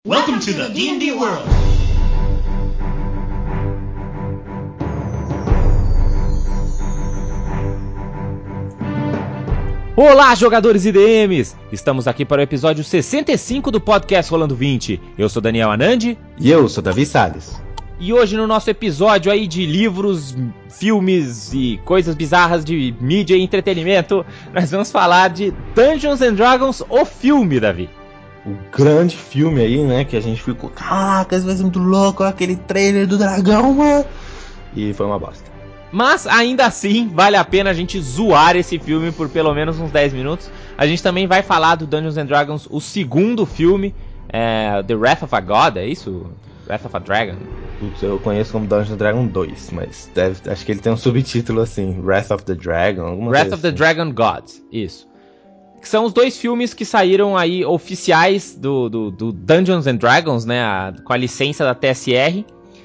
Welcome to the D&D world. Olá, jogadores e DMs! Estamos aqui para o episódio 65 do podcast Rolando 20. Eu sou Daniel Anandi. E eu sou Davi Salles. E hoje no nosso episódio aí de livros, filmes e coisas bizarras de mídia e entretenimento, nós vamos falar de Dungeons and Dragons, o filme, Davi. O grande filme aí, né, que a gente ficou, caraca, isso vai ser muito louco, aquele trailer do dragão, mano. E foi uma bosta. Mas ainda assim, vale a pena a gente zoar esse filme por pelo menos uns 10 minutos. A gente também vai falar do Dungeons and Dragons, o segundo filme, The Wrath of a God, é isso? Wrath of a Dragon? Putz, eu conheço como Dungeons and Dragons 2, mas acho que ele tem um subtítulo assim, Wrath of the Dragon, alguma Wrath coisa of the assim. Dragon Gods, isso. Que são os dois filmes que saíram aí oficiais do Dungeons and Dragons, né, com a licença da TSR.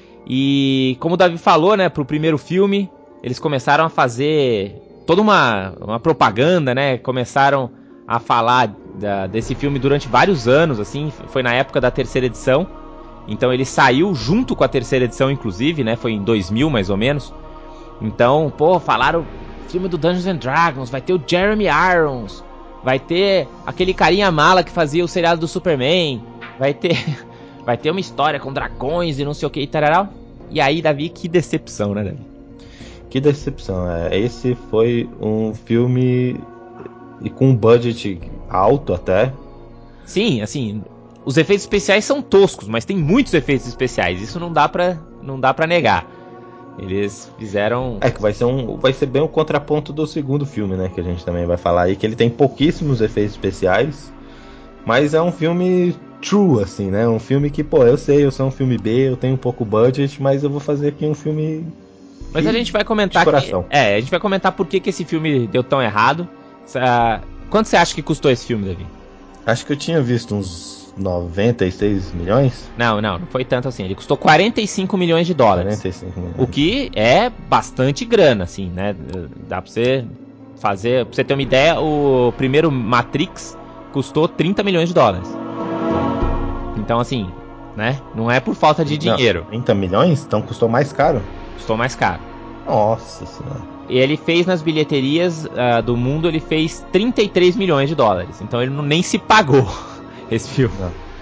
E como o Davi falou, né, pro primeiro filme, eles começaram a fazer toda uma propaganda, né, começaram a falar desse filme durante vários anos, assim, foi na época da terceira edição. Então ele saiu junto com a terceira edição, inclusive, né? Foi em 2000, mais ou menos. Então, falaram filme do Dungeons and Dragons, vai ter o Jeremy Irons, vai ter aquele carinha mala que fazia o seriado do Superman, vai ter uma história com dragões e não sei o que e tararau. E aí, Davi, que decepção, né, Davi? Que decepção, esse foi um filme com um budget alto até. Sim, assim, os efeitos especiais são toscos, mas tem muitos efeitos especiais, isso não dá pra negar. Eles fizeram... que vai ser bem o contraponto do segundo filme, né, que a gente também vai falar aí, que ele tem pouquíssimos efeitos especiais, mas é um filme true, assim, né, um filme que, eu sei, eu sou um filme B, eu tenho um pouco budget, mas eu vou fazer aqui um filme... Mas a gente vai comentar a gente vai comentar por que esse filme deu tão errado. Quanto você acha que custou esse filme, Davi? Acho que eu tinha visto uns 96 milhões? Não foi tanto assim. Ele custou 45 milhões de dólares. 45 milhões. O que é bastante grana, assim, né? Dá pra você fazer... Pra você ter uma ideia, o primeiro Matrix custou 30 milhões de dólares. Então, assim, né? Não é por falta de dinheiro. 30 milhões? Então custou mais caro? Custou mais caro. Nossa senhora. E ele fez nas bilheterias do mundo, ele fez 33 milhões de dólares. Então ele nem se pagou esse filme.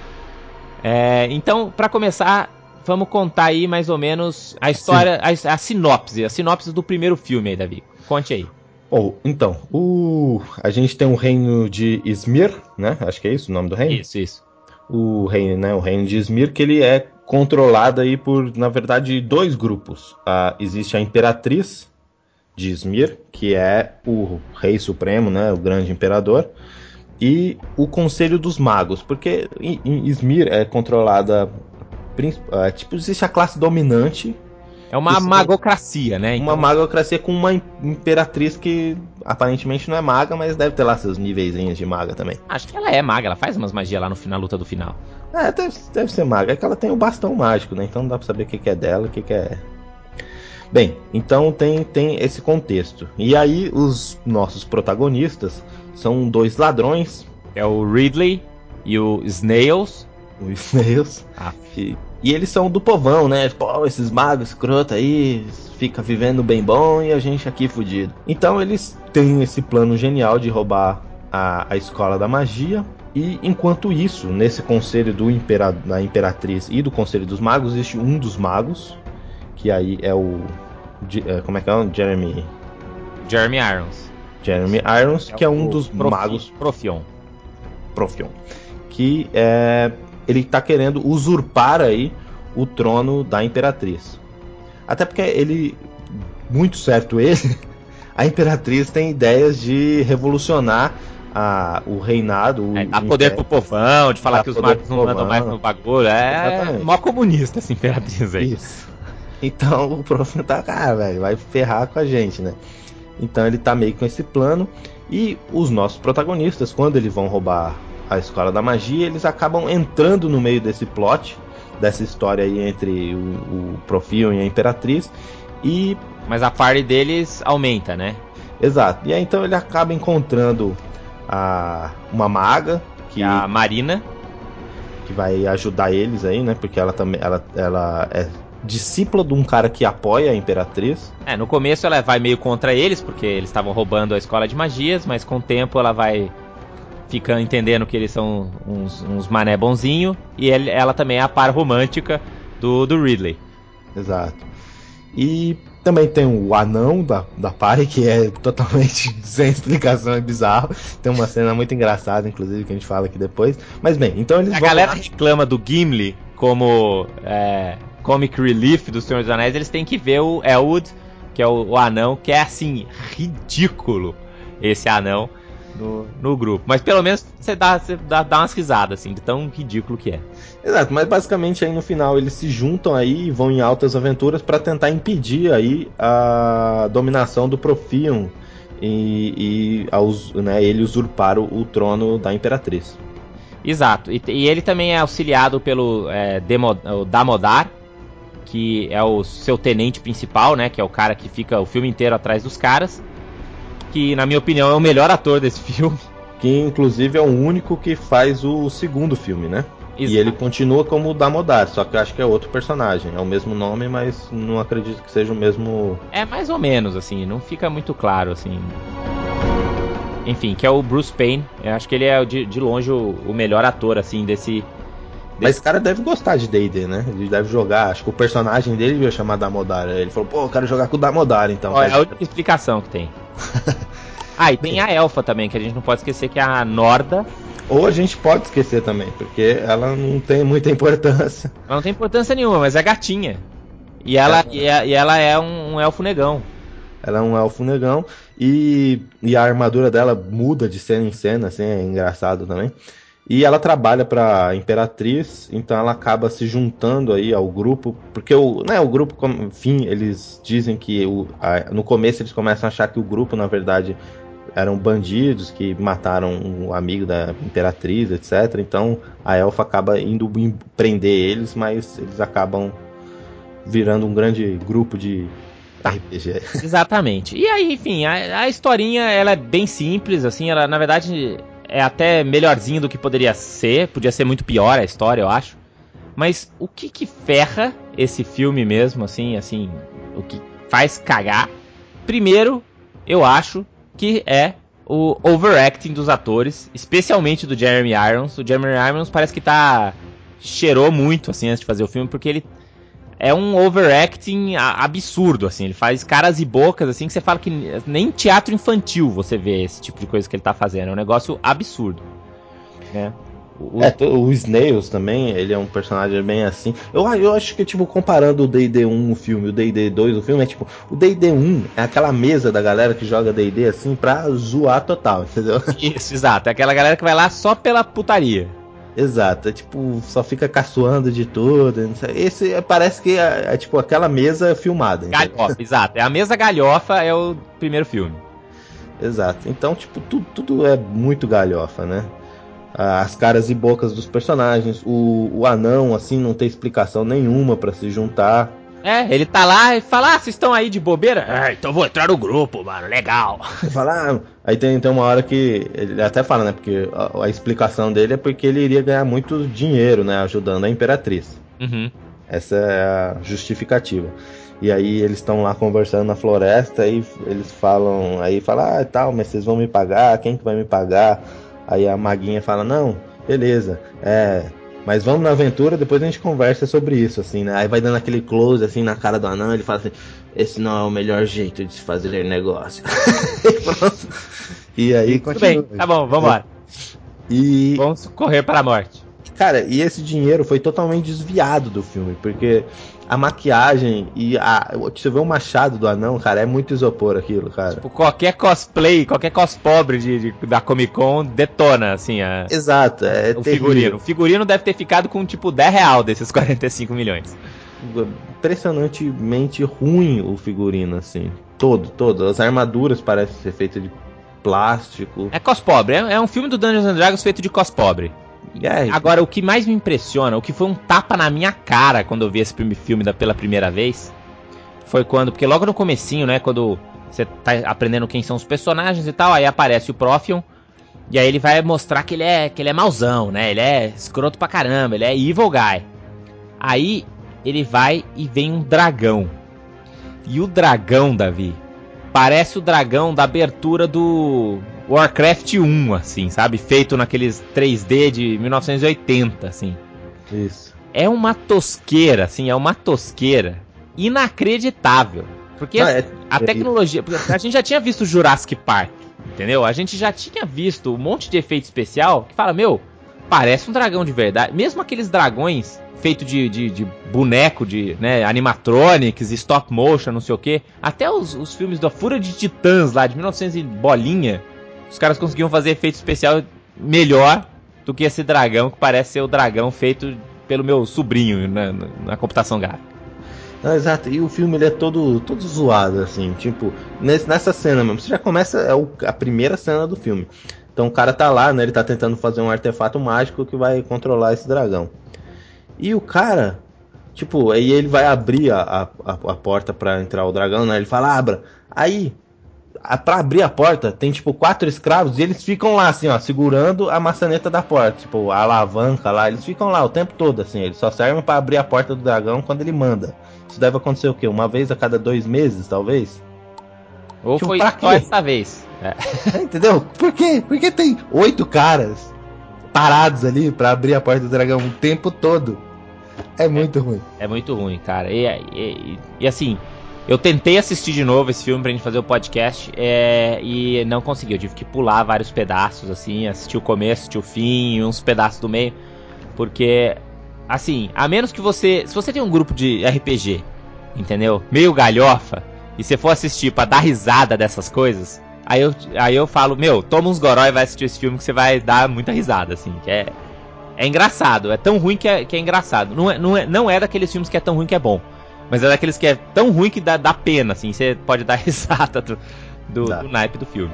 Então, pra começar, vamos contar aí mais ou menos a história, a sinopse do primeiro filme aí, Davi. Conte aí. Então, a gente tem o reino de Izmir, né? Acho que é isso o nome do reino? Isso. O reino, né? O reino de Izmir, que ele é controlado aí por, na verdade, dois grupos. Existe a Imperatriz de Izmir, que é o rei supremo, né? O grande imperador. E o Conselho dos Magos, porque em Izmir é controlada, existe a classe dominante. É uma magocracia, né? Uma magocracia com uma imperatriz que aparentemente não é maga, mas deve ter lá seus níveis de maga também. Acho que ela é maga, ela faz umas magias lá na luta do final. Deve ser maga, é que ela tem o bastão mágico, né? Então não dá pra saber o que é dela, o que é... Bem, então tem esse contexto. E aí os nossos protagonistas são dois ladrões. É o Ridley e o Snails. E eles são do povão, né? Esses magos escroto aí, fica vivendo bem bom e a gente aqui fudido. Então eles têm esse plano genial de roubar a escola da magia. E enquanto isso, nesse conselho da Imperatriz e do Conselho dos Magos, existe um dos magos, que aí é o... como é que é o Jeremy Irons, que é um dos magos... Profion. Que ele tá querendo usurpar aí o trono da Imperatriz. Até porque ele, muito certo ele, a Imperatriz tem ideias de revolucionar o reinado. Dá poder pro povão, de falar que os magos não mandam mais no bagulho. Mó comunista essa Imperatriz aí. Isso. Então o Profion tá, vai ferrar com a gente, né? Então ele tá meio com esse plano. E os nossos protagonistas, quando eles vão roubar a escola da magia, eles acabam entrando no meio desse plot, dessa história aí entre o Profion e a Imperatriz. Mas a party deles aumenta, né? Exato. E aí então ele acaba encontrando uma maga, a Marina, que vai ajudar eles aí, né? Porque ela também ela é discípula de um cara que apoia a Imperatriz. No começo ela vai meio contra eles, porque eles estavam roubando a escola de magias, mas com o tempo ela vai ficando entendendo que eles são uns mané bonzinho, e ela também é a par romântica do Ridley. Exato. E também tem o anão da party, que é totalmente sem explicação, é bizarro. Tem uma cena muito engraçada, inclusive, que a gente fala aqui depois. Mas bem, então eles A vão galera lá. reclama do Gimli como comic relief do Senhor dos Anéis, eles têm que ver o Elwood, que é o anão, que é assim, ridículo esse anão no grupo. Mas pelo menos você dá umas risadas, assim, de tão ridículo que é. Exato, mas basicamente aí no final eles se juntam aí e vão em altas aventuras para tentar impedir aí a dominação do Profion e ele usurpar o trono da Imperatriz. Exato, e ele também é auxiliado pelo o Damodar, que é o seu tenente principal, né, que é o cara que fica o filme inteiro atrás dos caras, que na minha opinião é o melhor ator desse filme. Que inclusive é o único que faz o segundo filme, né? Exato. E ele continua como Damodar, só que eu acho que é outro personagem. É o mesmo nome, mas não acredito que seja o mesmo... É mais ou menos, assim, não fica muito claro, assim. Enfim, que é o Bruce Payne. Eu acho que ele é de longe o melhor ator, assim, desse... Mas esse cara deve gostar de D&D, né? Ele deve jogar. Acho que o personagem dele ia chamar Damodar. Ele falou, pô, eu quero jogar com o Damodar, então. É a única explicação que tem. E tem a Elfa também, que a gente não pode esquecer, que é a Norda. Ou a gente pode esquecer também, porque ela não tem muita importância. Ela não tem importância nenhuma, mas é gatinha. E ela é um elfo negão. Ela é um elfo negão e a armadura dela muda de cena em cena, assim, é engraçado também. E ela trabalha para a Imperatriz, então ela acaba se juntando aí ao grupo, porque o grupo, enfim, eles dizem que no começo eles começam a achar que o grupo, na verdade, eram bandidos que mataram um amigo da Imperatriz, etc. Então a Elfa acaba indo prender eles, mas eles acabam virando um grande grupo de RPG. Exatamente. E aí, enfim, a historinha, ela é bem simples, assim, ela, na verdade, é até melhorzinho do que poderia ser. Podia ser muito pior a história, eu acho. Mas o que ferra esse filme mesmo, assim, o que faz cagar, primeiro, eu acho que é o overacting dos atores, especialmente do Jeremy Irons. O Jeremy Irons parece que cheirou muito, assim, antes de fazer o filme, porque ele é um overacting absurdo, assim. Ele faz caras e bocas, assim, que você fala que nem teatro infantil você vê esse tipo de coisa que ele tá fazendo. É um negócio absurdo, né? O Snails também, ele é um personagem bem assim. Eu acho que, tipo, comparando o D&D 1 o filme e o D&D 2 o filme, é tipo, o D&D 1 é aquela mesa da galera que joga D&D assim pra zoar total, entendeu? Isso, exato. É aquela galera que vai lá só pela putaria. Exato, é tipo, só fica caçoando de tudo. Esse parece que é tipo aquela mesa filmada. Galhofa, exato. É a mesa galhofa, é o primeiro filme. Exato. Então, tipo, tudo é muito galhofa, né? As caras e bocas dos personagens, o anão, assim, não tem explicação nenhuma pra se juntar. Ele tá lá e fala, vocês estão aí de bobeira? Então vou entrar no grupo, mano, legal. Aí tem uma hora que ele até fala, né, porque a explicação dele é porque ele iria ganhar muito dinheiro, né, ajudando a Imperatriz. Uhum. Essa é a justificativa. E aí eles estão lá conversando na floresta, aí eles falam, tal, mas vocês vão me pagar, quem que vai me pagar? Aí a maguinha fala, não, beleza, mas vamos na aventura, depois a gente conversa sobre isso, assim, né? Aí vai dando aquele close, assim, na cara do anão, ele fala assim, esse não é o melhor jeito de se fazer negócio. E aí Tudo bem, tá bom, vambora. Vamos correr para a morte. Cara, e esse dinheiro foi totalmente desviado do filme, porque a maquiagem e você vê o machado do anão, cara, é muito isopor aquilo, cara. Tipo, qualquer cosplay, qualquer cospobre da Comic Con detona, assim, Exato, o figurino. O figurino deve ter ficado com, tipo, R$10 desses 45 milhões. Impressionantemente ruim o figurino, assim. Todo. As armaduras parecem ser feitas de plástico. É cospobre, é um filme do Dungeons and Dragons feito de cospobre. Agora, o que mais me impressiona, o que foi um tapa na minha cara quando eu vi esse filme pela primeira vez, foi porque logo no comecinho, né, quando você tá aprendendo quem são os personagens e tal, aí aparece o Profion, E aí ele vai mostrar que ele é mauzão, né? Ele é escroto pra caramba, ele é evil guy. Aí ele vai e vem um dragão. E o dragão, Davi, parece o dragão da abertura do Warcraft 1, assim, sabe? Feito naqueles 3D de 1980, assim. Isso. É uma tosqueira, assim, é uma tosqueira inacreditável. Porque a tecnologia... A gente já tinha visto Jurassic Park, entendeu? A gente já tinha visto um monte de efeito especial que fala, meu, parece um dragão de verdade. Mesmo aqueles dragões feito de boneco, de, né, animatronics, stop motion, não sei o que. Até os filmes da Fúria de Titãs lá, de 1900 e bolinha, os caras conseguiam fazer efeito especial melhor do que esse dragão, que parece ser o dragão feito pelo meu sobrinho na computação gráfica. Não, exato, e o filme ele é todo zoado, assim, tipo, nessa cena mesmo, você já começa, a primeira cena do filme. Então o cara tá lá, né, ele tá tentando fazer um artefato mágico que vai controlar esse dragão. E o cara, tipo, aí ele vai abrir a porta pra entrar o dragão, né, ele fala, abra. Aí, pra abrir a porta, tem tipo 4 escravos e eles ficam lá, assim, ó, segurando a maçaneta da porta, tipo, a alavanca lá, eles ficam lá o tempo todo, assim, eles só servem pra abrir a porta do dragão quando ele manda. Isso deve acontecer o quê? Uma vez a cada 2 meses, talvez? Ou tipo, foi só essa vez. Entendeu? Por quê? Porque tem 8 caras parados ali pra abrir a porta do dragão o tempo todo. É muito ruim. É muito ruim, cara. E assim, eu tentei assistir de novo esse filme pra gente fazer o podcast e não consegui. Eu tive que pular vários pedaços, assim, assistir o começo, assistir o fim e uns pedaços do meio. Porque, assim, a menos que você... Se você tem um grupo de RPG, entendeu? Meio galhofa, e você for assistir pra dar risada dessas coisas, aí eu falo, meu, toma uns goró e vai assistir esse filme que você vai dar muita risada, assim, que é engraçado, é tão ruim que é engraçado. Não é daqueles filmes que é tão ruim que é bom. Mas é daqueles que é tão ruim que dá pena, assim. Você pode dar risada do naipe do filme.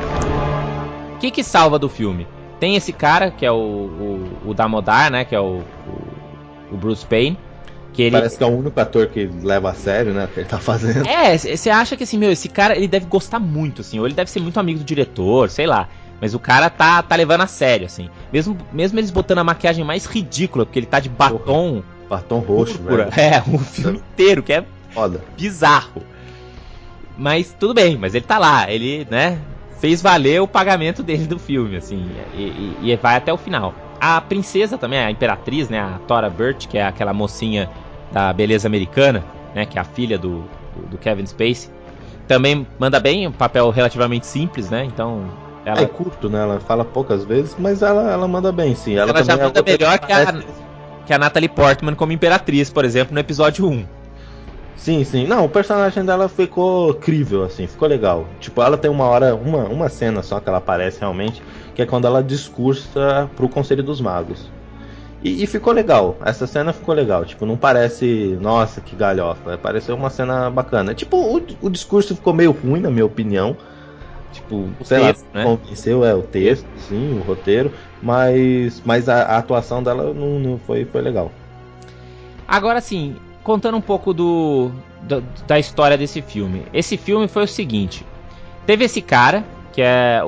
O que salva do filme? Tem esse cara, que é o Damodar, né? Que é o Bruce Payne. Que ele... Parece que é o único ator que leva a sério, né? O que ele tá fazendo. Você acha que, assim, meu, esse cara, ele deve gostar muito, assim. Ou ele deve ser muito amigo do diretor, sei lá. Mas o cara tá levando a sério, assim. Mesmo eles botando a maquiagem mais ridícula, porque ele tá de batom... Batom roxo, velho. O filme inteiro, que é foda, bizarro. Mas tudo bem, mas ele tá lá. Ele, né, fez valer o pagamento dele do filme, assim. E vai até o final. A princesa também, a imperatriz, né, a Thora Birch, que é aquela mocinha da beleza americana, né, que é a filha do Kevin Spacey. Também manda bem, um papel relativamente simples, né, então... Ela é curto, né? Ela fala poucas vezes, mas ela manda bem, sim. Ela já manda melhor que a Natalie Portman como imperatriz, por exemplo, no episódio 1. Sim, sim. Não, o personagem dela ficou crível, assim, ficou legal. Tipo, ela tem uma cena só que ela aparece realmente, que é quando ela discursa pro Conselho dos Magos. E ficou legal, essa cena ficou legal. Tipo, não parece, nossa, que galhofa. Pareceu uma cena bacana. Tipo, o discurso ficou meio ruim, na minha opinião. Tipo, sei texto, lá, né? Convenceu o texto, sim, o roteiro, mas a atuação dela não foi legal. Agora sim, contando um pouco da história desse filme. Esse filme foi o seguinte: teve esse cara, que é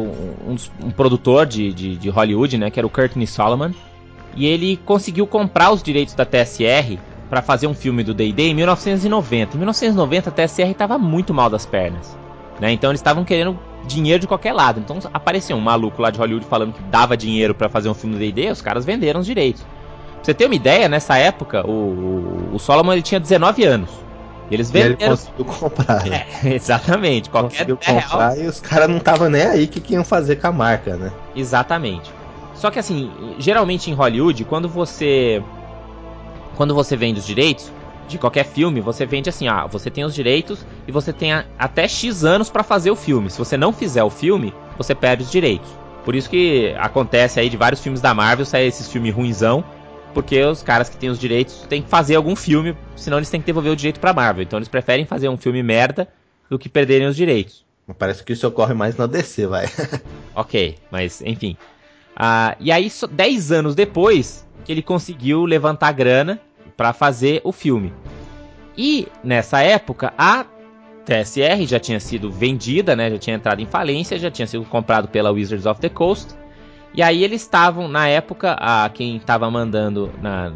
um produtor de Hollywood, né? Que era o Courtney Solomon. E ele conseguiu comprar os direitos da TSR para fazer um filme do D&D em 1990. Em 1990 a TSR estava muito mal das pernas, né? Então eles estavam querendo dinheiro de qualquer lado. Então apareceu um maluco lá de Hollywood falando que dava dinheiro para fazer um filme do D&D. Os caras venderam os direitos. Pra você ter uma ideia, nessa época o Solomon ele tinha 19 anos. Eles venderam... E ele conseguiu comprar, né? Exatamente. Conseguiu comprar e os caras não estavam nem aí que iam fazer com a marca, né? Exatamente. Só que assim, geralmente em Hollywood, quando você vende os direitos de qualquer filme, você vende assim, você tem os direitos e você tem até X anos pra fazer o filme. Se você não fizer o filme, você perde os direitos. Por isso que acontece aí de vários filmes da Marvel sair esses filmes ruinzão, porque os caras que têm os direitos têm que fazer algum filme, senão eles têm que devolver o direito pra Marvel. Então eles preferem fazer um filme merda do que perderem os direitos. Parece que isso ocorre mais na DC, vai. Ok, mas enfim. E aí, 10 anos depois, que ele conseguiu levantar grana pra fazer o filme. E, nessa época, a TSR já tinha sido vendida, né? Já tinha entrado em falência, já tinha sido comprado pela Wizards of the Coast. E aí eles estavam, na época, quem estava mandando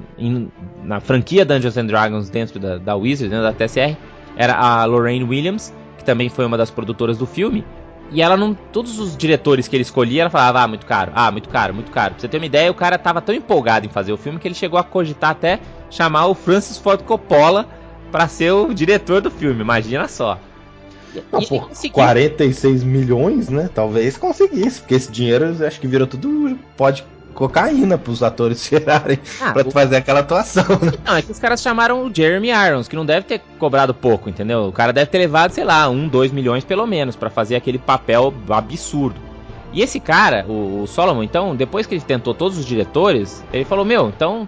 na franquia Dungeons and Dragons dentro da Wizards, dentro da TSR, era a Lorraine Williams, que também foi uma das produtoras do filme. E ela não. Todos os diretores que ele escolhia, ela falava, muito caro, muito caro, muito caro. Pra você ter uma ideia, o cara tava tão empolgado em fazer o filme que ele chegou a cogitar até chamar o Francis Ford Coppola pra ser o diretor do filme, imagina só. Não, por 46 milhões, né? Talvez conseguisse, porque esse dinheiro acho que virou tudo pó de cocaína pros atores tirarem pra fazer aquela atuação, né? Não, é que os caras chamaram o Jeremy Irons, que não deve ter cobrado pouco, entendeu? O cara deve ter levado, sei lá, 2 milhões pelo menos, pra fazer aquele papel absurdo. E esse cara, o Solomon, então, depois que ele tentou todos os diretores, ele falou, então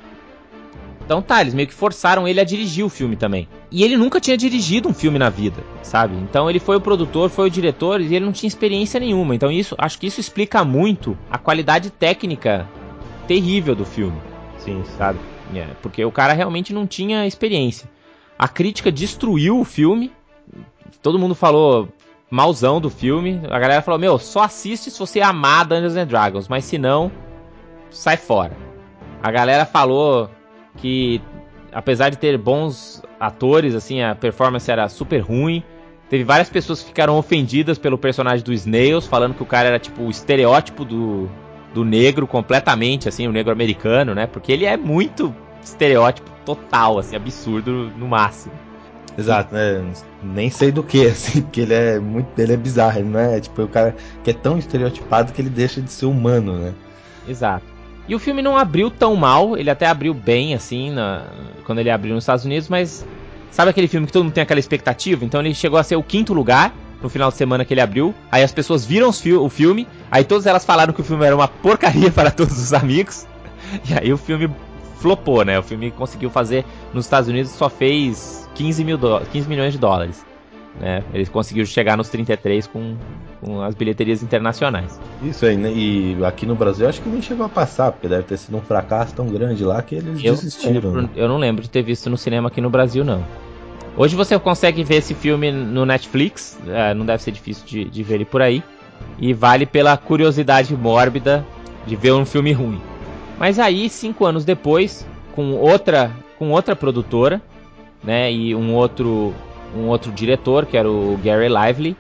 tá, eles meio que forçaram ele a dirigir o filme também. E ele nunca tinha dirigido um filme na vida, sabe? Então ele foi o produtor, foi o diretor e ele não tinha experiência nenhuma. Então acho que isso explica muito a qualidade técnica terrível do filme. Sim, sabe? Porque o cara realmente não tinha experiência. A crítica destruiu o filme. Todo mundo falou malzão do filme. A galera falou, só assiste se você amar Dungeons and Dragons, mas se não, sai fora. A galera falou que, apesar de ter bons atores, assim, a performance era super ruim. Teve várias pessoas que ficaram ofendidas pelo personagem do Snails, falando que o cara era tipo o estereótipo do negro completamente, assim, o negro americano, né? Porque ele é muito estereótipo total, assim, absurdo no máximo. Exato, né? Nem sei do que, assim, porque ele é bizarro, ele não é tipo o cara que é tão estereotipado que ele deixa de ser humano, né? Exato. E o filme não abriu tão mal, ele até abriu bem, assim, quando ele abriu nos Estados Unidos, mas sabe aquele filme que todo mundo tem aquela expectativa? Então ele chegou a ser o 5º lugar no final de semana que ele abriu. Aí as pessoas viram o filme, aí todas elas falaram que o filme era uma porcaria para todos os amigos. E aí o filme flopou, né? O filme conseguiu fazer, nos Estados Unidos só fez 15 milhões de dólares. Né? Eles conseguiram chegar nos 33 com as bilheterias internacionais. Isso aí, né? E aqui no Brasil acho que nem chegou a passar, porque deve ter sido um fracasso tão grande lá que eles desistiram. Eu não lembro de ter visto no cinema aqui no Brasil, não. Hoje você consegue ver esse filme no Netflix, não deve ser difícil de ver ele por aí, e vale pela curiosidade mórbida de ver um filme ruim. Mas aí, 5 anos depois, com outra produtora, né, e um outro diretor, que era o Gary Lively,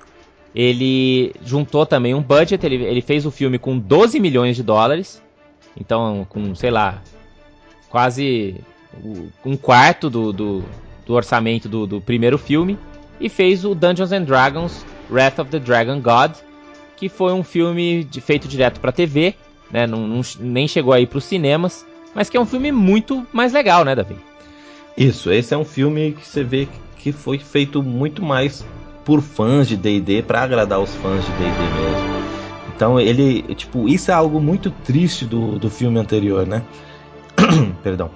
ele juntou também um budget, ele fez o filme com 12 milhões de dólares, então com, sei lá, quase um quarto do orçamento do primeiro filme, e fez o Dungeons and Dragons Wrath of the Dragon God, que foi um filme feito direto para TV, né, nem chegou aí para os cinemas, mas que é um filme muito mais legal, né, Davi? Isso, esse é um filme que você vê que foi feito muito mais por fãs de D&D, para agradar os fãs de D&D mesmo. Então ele, tipo, isso é algo muito triste do filme anterior, né? Perdão.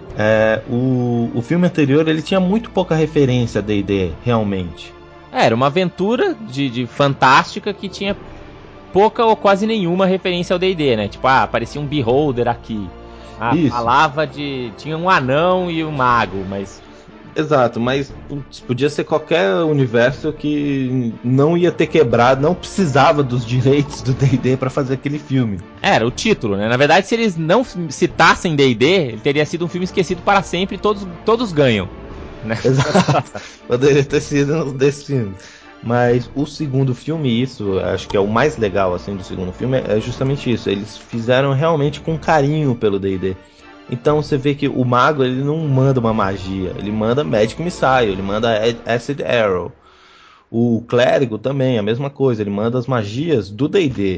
O filme anterior, ele tinha muito pouca referência a D&D, realmente. Era uma aventura de fantástica que tinha pouca ou quase nenhuma referência ao D&D, né? Tipo, aparecia um beholder aqui. Falava tinha um anão e um mago, mas... Exato, mas podia ser qualquer universo que não ia ter quebrado, não precisava dos direitos do D&D para fazer aquele filme. Era o título, né? Na verdade, se eles não citassem D&D, ele teria sido um filme esquecido para sempre e todos ganham. Né? Exato, poderia ter sido um desses filmes. Mas o segundo filme, isso, acho que é o mais legal assim do segundo filme, é justamente isso. Eles fizeram realmente com carinho pelo D&D. Então você vê que o mago, ele não manda uma magia, ele manda Magic Missile, ele manda Acid Arrow. O clérigo também, a mesma coisa, ele manda as magias do D&D.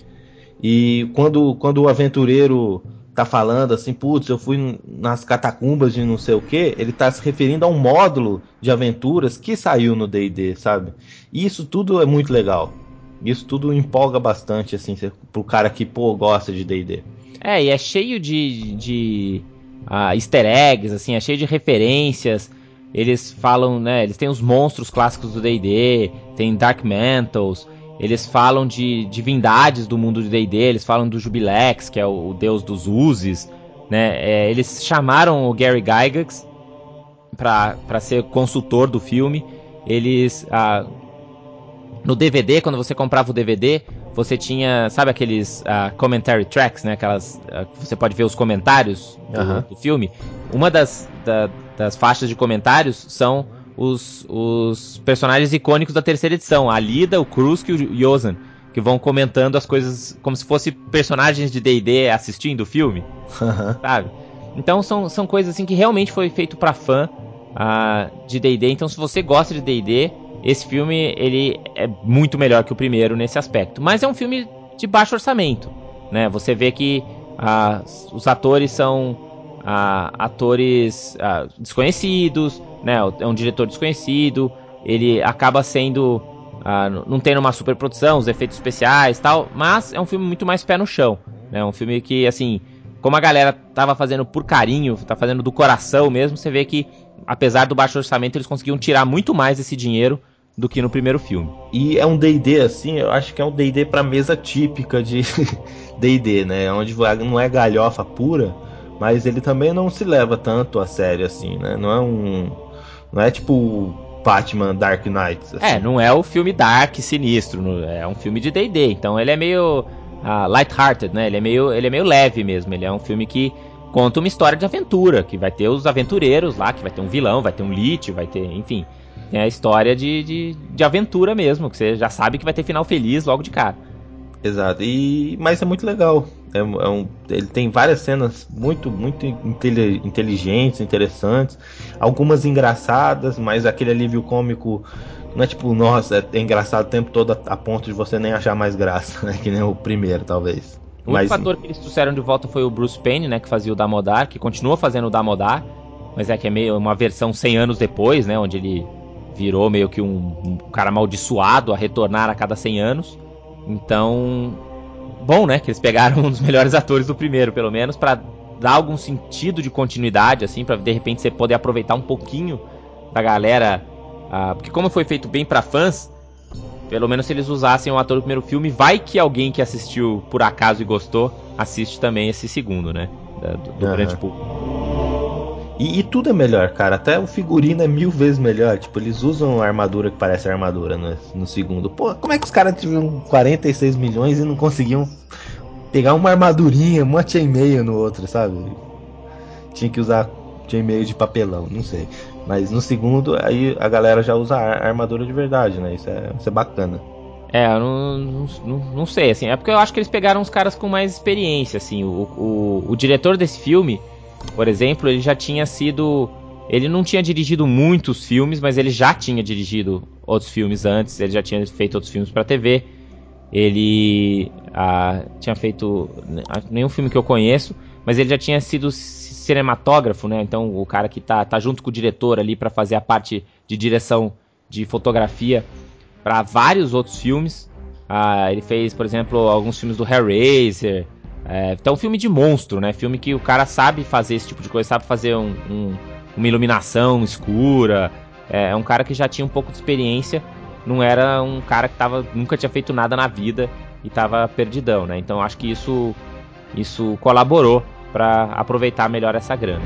E quando o aventureiro tá falando assim, putz, eu fui nas catacumbas de não sei o que, ele tá se referindo a um módulo de aventuras que saiu no D&D, sabe? E isso tudo é muito legal. Isso tudo empolga bastante, assim, pro cara que, gosta de D&D. E é cheio de easter eggs, assim, é cheio de referências. Eles falam, né, eles têm os monstros clássicos do D&D, tem Dark Mantles, eles falam de divindades do mundo do D&D, eles falam do Jubilex, que é o deus dos Uzes, né, eles chamaram o Gary Gygax para ser consultor do filme. eles... no DVD, quando você comprava o DVD, você tinha, sabe aqueles commentary tracks, né? Aquelas que você pode ver os comentários do filme. Uma das faixas de comentários são os personagens icônicos da terceira edição. A Lida, o Krusk e o Yozan, que vão comentando as coisas como se fossem personagens de D&D assistindo o filme, sabe? Então são coisas assim que realmente foi feito pra fã de D&D. Então se você gosta de D&D, esse filme ele é muito melhor que o primeiro nesse aspecto. Mas é um filme de baixo orçamento, né? Você vê que os atores são atores desconhecidos, né? É um diretor desconhecido. Ele acaba sendo... não tendo uma superprodução, os efeitos especiais e tal. Mas é um filme muito mais pé no chão, né? É um filme que, assim... Como a galera tava fazendo por carinho, tá fazendo do coração mesmo, você vê que, apesar do baixo orçamento, eles conseguiam tirar muito mais esse dinheiro do que no primeiro filme. E é um D&D, assim, eu acho que é um D&D pra mesa típica de D&D, né? Onde não é galhofa pura, mas ele também não se leva tanto a sério, assim, né? Não é tipo Batman Dark Knight. Assim. Não é o filme dark, sinistro, é um filme de D&D, então ele é meio... light-hearted, né? Ele é meio leve mesmo. Ele é um filme que conta uma história de aventura, que vai ter os aventureiros lá, que vai ter um vilão, vai ter um lich, vai ter, enfim, é a história de aventura mesmo, que você já sabe que vai ter final feliz logo de cara. Exato. Mas é muito legal. Ele tem várias cenas muito inteligentes, interessantes, algumas engraçadas, mas aquele alívio cômico não é tipo, nossa, é engraçado o tempo todo a ponto de você nem achar mais graça, né? Que nem o primeiro, talvez. O único ator que eles trouxeram de volta foi o Bruce Payne, né? Que fazia o Damodar, que continua fazendo o Damodar, mas que é meio uma versão 100 anos depois, né? Onde ele virou meio que um cara amaldiçoado a retornar a cada 100 anos. Então, bom, né? Que eles pegaram um dos melhores atores do primeiro, pelo menos, pra dar algum sentido de continuidade, assim, pra de repente você poder aproveitar um pouquinho da galera... porque como foi feito bem pra fãs, pelo menos se eles usassem o ator do primeiro filme, vai que alguém que assistiu por acaso e gostou, assiste também esse segundo, né? Do grande público. E tudo é melhor, cara. Até o figurino é 1000 vezes melhor. Tipo, eles usam a armadura que parece armadura no segundo. Pô, como é que os caras tiveram 46 milhões e não conseguiam pegar uma armadurinha, uma chainmail no outro, sabe? Tinha que usar chainmail de papelão, não sei. Mas no segundo, aí a galera já usa a armadura de verdade, né? Isso é bacana. Eu não sei, assim. É porque eu acho que eles pegaram uns caras com mais experiência, assim. O diretor desse filme, por exemplo, ele já tinha sido... Ele não tinha dirigido muitos filmes, mas ele já tinha dirigido outros filmes antes. Ele já tinha feito outros filmes pra TV. Ele tinha feito... Nenhum filme que eu conheço, mas ele já tinha sido cinematógrafo, né? Então o cara que tá junto com o diretor ali pra fazer a parte de direção de fotografia para vários outros filmes. Ele fez, por exemplo, alguns filmes do Hellraiser. Então, filme de monstro, né? Filme que o cara sabe fazer esse tipo de coisa, sabe fazer uma iluminação escura. É um cara que já tinha um pouco de experiência. Não era um cara que nunca tinha feito nada na vida e tava perdidão, né? Então, acho que isso colaborou para aproveitar melhor essa grana.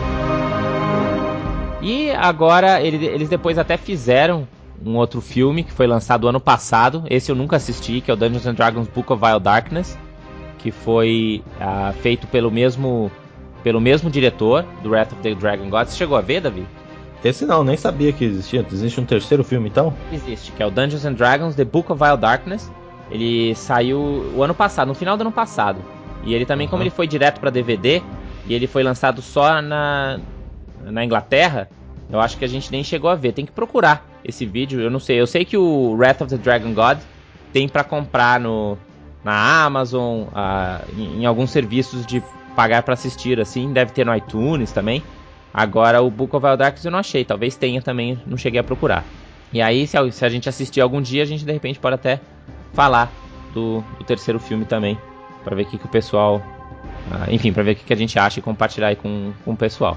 E agora, eles depois até fizeram um outro filme que foi lançado ano passado. Esse eu nunca assisti, que é o Dungeons and Dragons Book of Wild Darkness, que foi feito pelo mesmo diretor do Wrath of the Dragon God. Você chegou a ver, Davi? Esse não, nem sabia que existia. Existe um terceiro filme, então? Existe, que é o Dungeons and Dragons The Book of Wild Darkness. Ele saiu o ano passado, no final do ano passado. E ele também, como ele foi direto pra DVD, e ele foi lançado só na Inglaterra, eu acho que a gente nem chegou a ver. Tem que procurar esse vídeo, eu não sei. Eu sei que o Wrath of the Dragon God tem pra comprar na Amazon, em alguns serviços de pagar pra assistir, assim. Deve ter no iTunes também. Agora o Book of Wild Darkness eu não achei. Talvez tenha também, não cheguei a procurar. E aí, se a gente assistir algum dia, a gente de repente pode até falar do terceiro filme também. Pra ver o que o pessoal... enfim, pra ver o que a gente acha e compartilhar aí com o pessoal.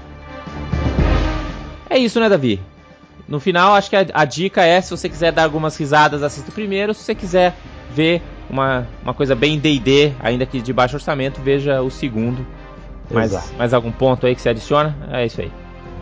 É isso, né, Davi? No final, acho que a dica é, se você quiser dar algumas risadas, assista o primeiro. Se você quiser ver uma coisa bem D&D, ainda que de baixo orçamento, veja o segundo. Mais algum ponto aí que você adiciona? É isso aí.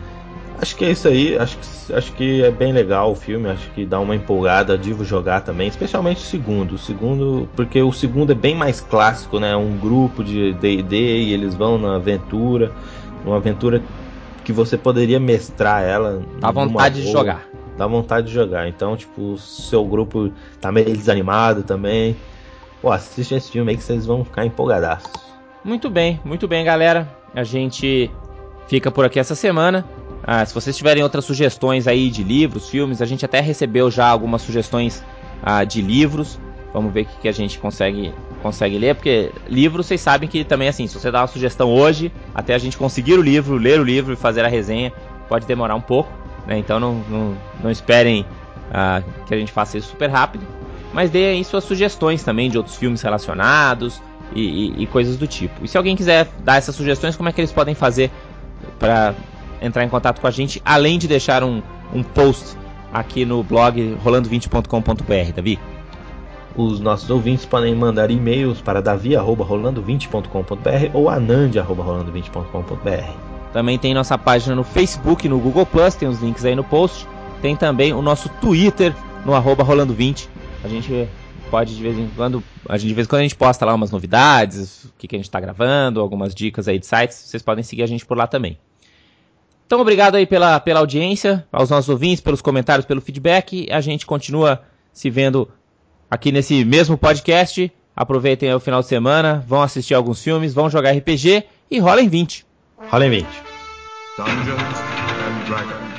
Acho que é isso aí, acho que é bem legal o filme, acho que dá uma empolgada, devo jogar também, especialmente o segundo, porque o segundo é bem mais clássico, né, um grupo de D&D e eles vão na aventura, uma aventura que você poderia mestrar ela. Dá vontade de jogar. Dá vontade de jogar, então tipo, seu grupo tá meio desanimado também, pô, assiste esse filme aí que vocês vão ficar empolgadaços. Muito bem, galera, a gente fica por aqui essa semana. Se vocês tiverem outras sugestões aí de livros, filmes, a gente até recebeu já algumas sugestões de livros. Vamos ver o que a gente consegue ler, porque livro, vocês sabem que também, assim, se você dá uma sugestão hoje, até a gente conseguir o livro, ler o livro e fazer a resenha, pode demorar um pouco, né? Então não esperem que a gente faça isso super rápido, mas dê aí suas sugestões também de outros filmes relacionados e coisas do tipo. E se alguém quiser dar essas sugestões, como é que eles podem fazer para entrar em contato com a gente, além de deixar um post aqui no blog rolando20.com.br, Davi? Os nossos ouvintes podem mandar e-mails para davi@rolando20.com.br ou anand@rolando20.com.br. Também tem nossa página no Facebook, no Google+, tem os links aí no post. Tem também o nosso Twitter, no @rolando20. A gente pode, de vez em quando a gente posta lá umas novidades, o que a gente está gravando, algumas dicas aí de sites. Vocês podem seguir a gente por lá também. Então, obrigado aí pela audiência, aos nossos ouvintes, pelos comentários, pelo feedback. A gente continua se vendo aqui nesse mesmo podcast. Aproveitem aí o final de semana, vão assistir alguns filmes, vão jogar RPG e rolem 20. Rolem 20. Dungeons and Dragons.